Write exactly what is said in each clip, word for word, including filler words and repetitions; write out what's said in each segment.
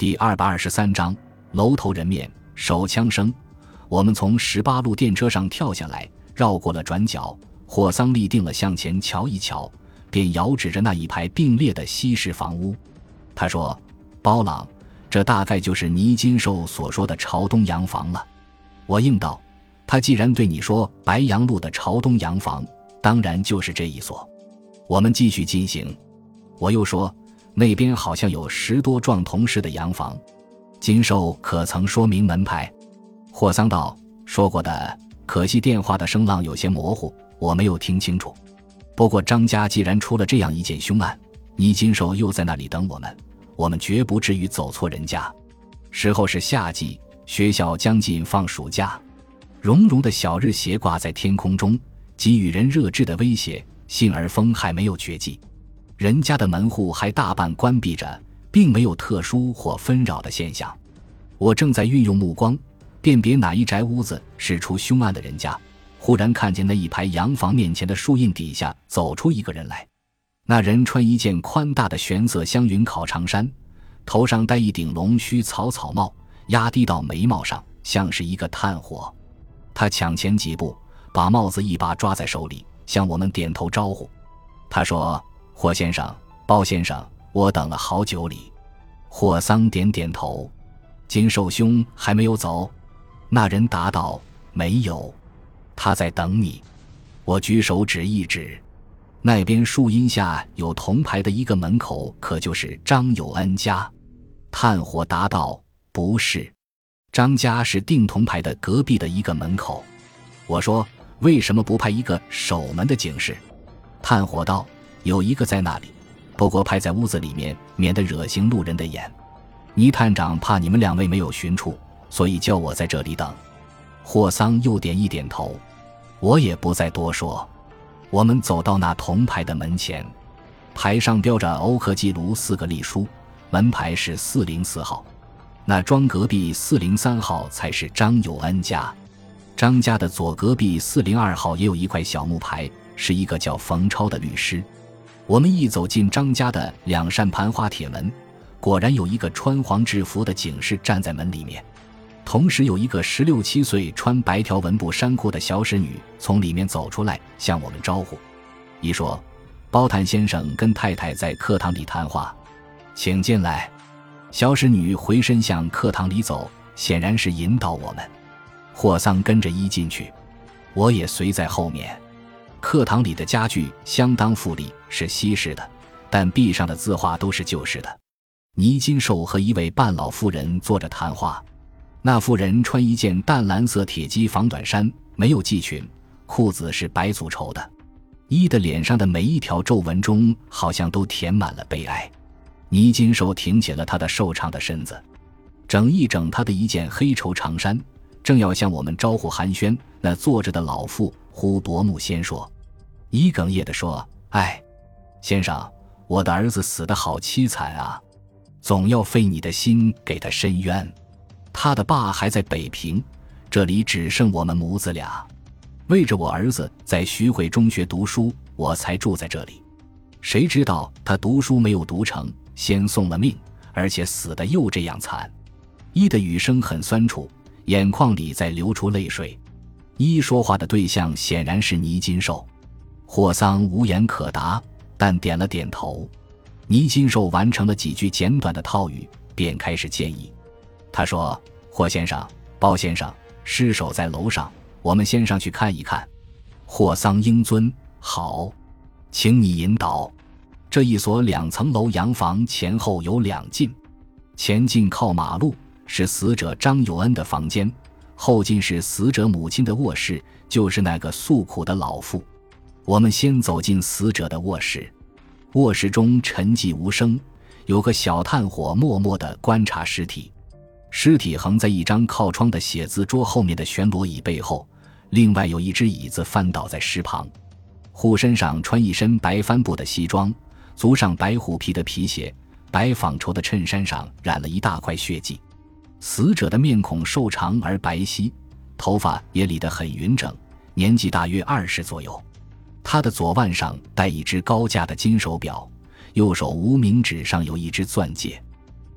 第二百二十三章楼头人面手枪声。我们从十八路电车上跳下来，绕过了转角，霍桑立定了向前瞧一瞧，便遥指着那一排并列的西式房屋。他说：包朗，这大概就是倪金寿所说的朝东洋房了。我应道：他既然对你说白杨路的朝东洋房，当然就是这一所。我们继续进行。我又说，那边好像有十多幢同式的洋房，金寿可曾说明门牌？霍桑道：说过的，可惜电话的声浪有些模糊，我没有听清楚。不过张家既然出了这样一件凶案，倪金寿又在那里等我们，我们绝不至于走错人家。时候是夏季，学校将近放暑假，融融的小日斜挂在天空中，给予人热炽的威胁，幸而风还没有绝迹，人家的门户还大半关闭着，并没有特殊或纷扰的现象。我正在运用目光辨别哪一宅屋子是出凶案的人家，忽然看见那一排洋房面前的树荫底下走出一个人来。那人穿一件宽大的玄色香云烤长衫，头上戴一顶龙须草草帽，压低到眉毛上，像是一个炭火。他抢前几步，把帽子一把抓在手里，向我们点头招呼。他说：霍先生，包先生，我等了好久里。霍桑点点头。金寿兄还没有走？那人答道：没有，他在等你。我举手指一指，那边树荫下有铜牌的一个门口，可就是张有恩家。炭火答道：不是，张家是定铜牌的隔壁的一个门口。我说：为什么不派一个守门的警士？炭火道：有一个在那里，不过派在屋子里面，免得惹行路人的眼。倪探长怕你们两位没有寻处，所以叫我在这里等。霍桑又点一点头。我也不再多说。我们走到那铜牌的门前，牌上标着欧克记录四个隶书，门牌是四零四号。那庄隔壁四零三号才是张有恩家。张家的左隔壁四零二号也有一块小木牌，是一个叫冯超的律师。我们一走进张家的两扇盘花铁门，果然有一个穿黄制服的警士站在门里面，同时有一个十六七岁穿白条纹布衫裤的小使女从里面走出来向我们招呼。一说：包探先生跟太太在课堂里谈话，请进来。小使女回身向课堂里走，显然是引导我们。霍桑跟着一进去，我也随在后面。课堂里的家具相当富丽，是西式的，但壁上的字画都是旧式的。倪金寿和一位半老妇人坐着谈话，那妇人穿一件淡蓝色铁机防短衫，没有系裙，裤子是白足绸的，衣的脸上的每一条皱纹中好像都填满了悲哀。倪金寿挺起了他的瘦长的身子，整一整他的一件黑绸长衫，正要向我们招呼寒暄，那坐着的老妇忽夺目先说，一哽咽地说：哎，先生，我的儿子死得好凄惨啊，总要费你的心给他伸冤。他的爸还在北平，这里只剩我们母子俩。为着我儿子在徐汇中学读书，我才住在这里。谁知道他读书没有读成，先送了命，而且死得又这样惨。一的语声很酸楚，眼眶里在流出泪水。一说话的对象显然是倪金寿。霍桑无言可答，但点了点头。倪金寿完成了几句简短的套语，便开始建议。他说：霍先生，包先生，尸首在楼上，我们先上去看一看。霍桑应尊：好，请你引导。这一所两层楼洋房前后有两进，前进靠马路，是死者张有恩的房间，后进是死者母亲的卧室，就是那个诉苦的老妇。我们先走进死者的卧室，卧室中沉寂无声，有个小炭火默默地观察尸体。尸体横在一张靠窗的写字桌后面的旋螺椅背后，另外有一只椅子翻倒在尸旁。护身上穿一身白帆布的西装，足上白虎皮的皮鞋，白纺绸的衬衫上染了一大块血迹。死者的面孔瘦长而白皙，头发也理得很匀整，年纪大约二十左右。他的左腕上戴一只高价的金手表，右手无名指上有一只钻戒。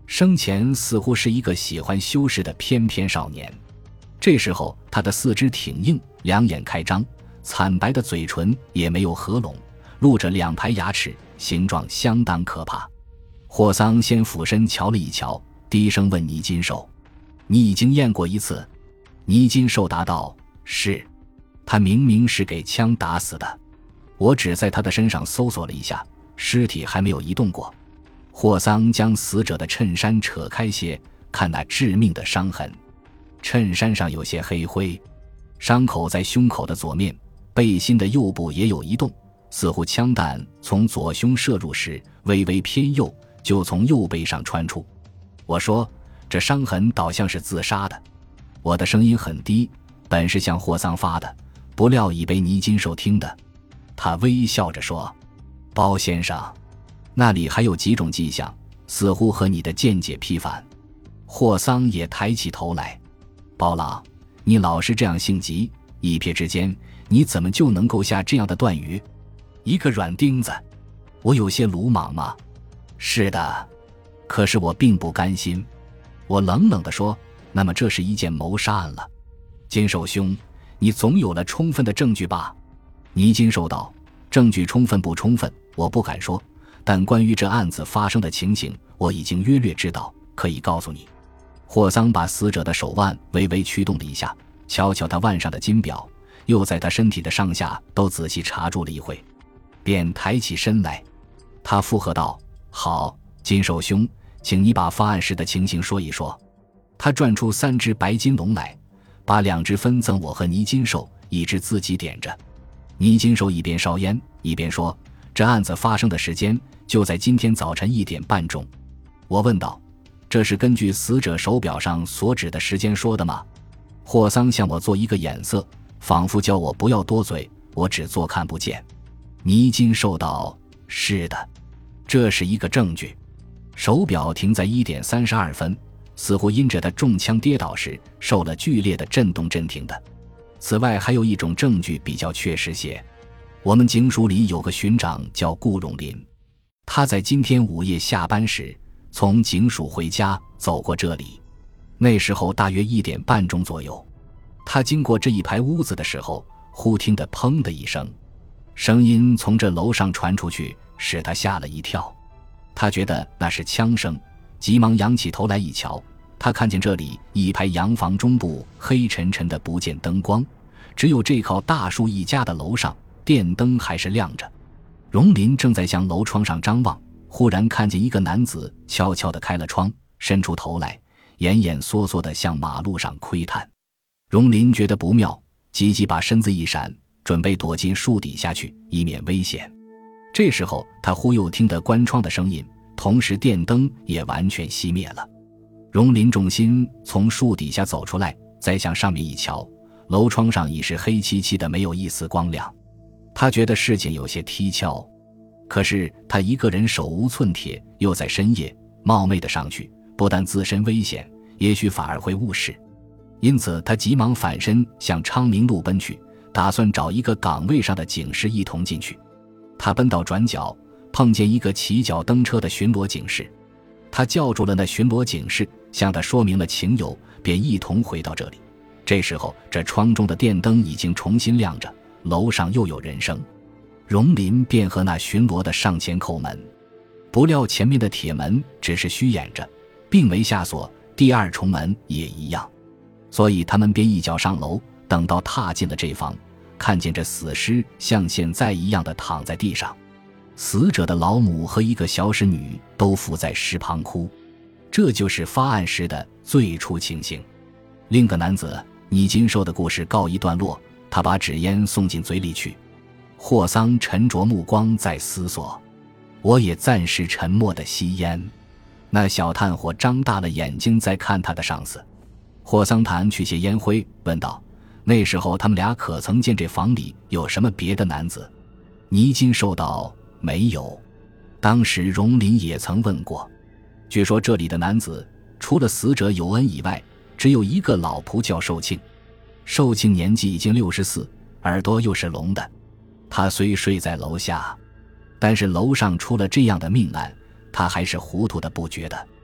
生前似乎是一个喜欢修饰的翩翩少年。这时候他的四肢挺硬，两眼开张，惨白的嘴唇也没有合拢，露着两排牙齿，形状相当可怕。霍桑先俯身瞧了一瞧，低声问倪金寿：“你已经验过一次？”倪金寿答道：“是。他明明是给枪打死的。我只在他的身上搜索了一下，尸体还没有移动过。”霍桑将死者的衬衫扯开些，看那致命的伤痕。衬衫上有些黑灰，伤口在胸口的左面，背心的右部也有移动，似乎枪弹从左胸射入时微微偏右，就从右背上穿出。我说，这伤痕倒像是自杀的。我的声音很低，本是向霍桑发的，不料已被倪金寿听的。他微笑着说：“包先生，那里还有几种迹象，似乎和你的见解批反。”霍桑也抬起头来：“包郎，你老是这样性急，一瞥之间，你怎么就能够下这样的断语？一个软钉子，我有些鲁莽吗？”“是的，可是我并不甘心。”我冷冷地说：“那么这是一件谋杀案了。金寿兄，你总有了充分的证据吧？”倪金寿道：“证据充分不充分，我不敢说，但关于这案子发生的情形，我已经约略知道，可以告诉你。”霍桑把死者的手腕微微驱动了一下，瞧瞧他腕上的金表，又在他身体的上下都仔细查住了一回，便抬起身来。他附和道：“好，金寿兄，请你把发案时的情形说一说。”他转出三只白金龙来，把两只分赠我和倪金寿，一只自己点着。倪金寿一边烧烟一边说：“这案子发生的时间就在今天早晨一点半钟。”我问道：“这是根据死者手表上所指的时间说的吗？”霍桑向我做一个眼色，仿佛叫我不要多嘴，我只做看不见。倪金寿道：“是的，这是一个证据。手表停在一点三十二分，似乎因着他中枪跌倒时受了剧烈的震动震停的。此外还有一种证据比较确实些，我们警署里有个巡长叫顾永林，他在今天午夜下班时从警署回家走过这里，那时候大约一点半钟左右。他经过这一排屋子的时候，忽听得砰的一声，声音从这楼上传出去，使他吓了一跳。他觉得那是枪声，急忙仰起头来一瞧，他看见这里一排洋房中部黑沉沉的不见灯光，只有这靠大树一家的楼上电灯还是亮着。荣林正在向楼窗上张望，忽然看见一个男子悄悄地开了窗，伸出头来，眼眼缩缩地向马路上窥探。荣林觉得不妙，急急把身子一闪，准备躲进树底下去，以免危险。这时候他忽又听得关窗的声音，同时电灯也完全熄灭了。荣林重心从树底下走出来，再向上面一瞧，楼窗上已是黑漆漆的，没有一丝光亮。他觉得事情有些蹊跷，可是他一个人手无寸铁，又在深夜冒昧的上去，不但自身危险，也许反而会误事。因此他急忙反身向昌明路奔去，打算找一个岗位上的警士一同进去。他奔到转角，碰见一个骑脚蹬车的巡逻警士，他叫住了那巡逻警士，向他说明了情由，便一同回到这里。这时候这窗中的电灯已经重新亮着，楼上又有人声。荣林便和那巡逻的上前叩门，不料前面的铁门只是虚掩着，并没下锁，第二重门也一样，所以他们便一脚上楼，等到踏进了这房，看见这死尸像现在一样的躺在地上，死者的老母和一个小使女都伏在尸旁哭。这就是发案时的最初情形。另个男子倪金寿的故事告一段落，他把纸烟送进嘴里去。霍桑沉着目光在思索，我也暂时沉默地吸烟。那小炭火张大了眼睛在看他的上司。霍桑弹去些烟灰，问道：“那时候他们俩可曾见这房里有什么别的男子？”倪金寿道：“没有。当时荣林也曾问过，据说这里的男子除了死者有恩以外，只有一个老仆叫寿庆。寿庆年纪已经六十四，耳朵又是聋的。他虽睡在楼下，但是楼上出了这样的命案，他还是糊涂的不觉得。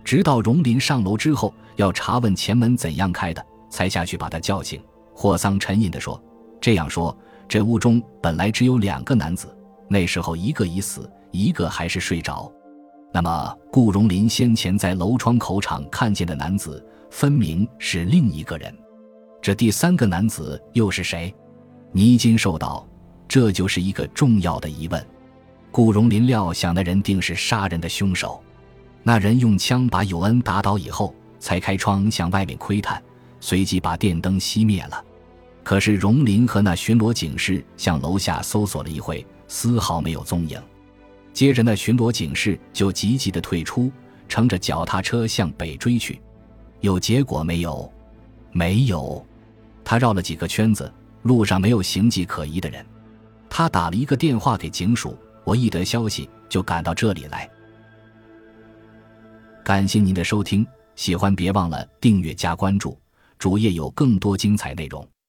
直到荣林上楼之后，要查问前门怎样开的，才下去把他叫醒。霍桑沉吟地说：这样说，这屋中本来只有两个男子，那时候一个已死，一个还是睡着。那么顾荣林先前在楼窗口场看见的男子，分明是另一个人。这第三个男子又是谁？倪金寿道：这就是一个重要的疑问。顾荣林料想那人定是杀人的凶手。那人用枪把友恩打倒以后，才开窗向外面窥探，随即把电灯熄灭了。可是荣林和那巡逻警士向楼下搜索了一会，丝毫没有踪影。接着那巡逻警士就急急地退出，乘着脚踏车向北追去。有结果没有？没有。他绕了几个圈子，路上没有形迹可疑的人。他打了一个电话给警署，我一得消息就赶到这里来。感谢您的收听，喜欢别忘了订阅加关注，主页有更多精彩内容。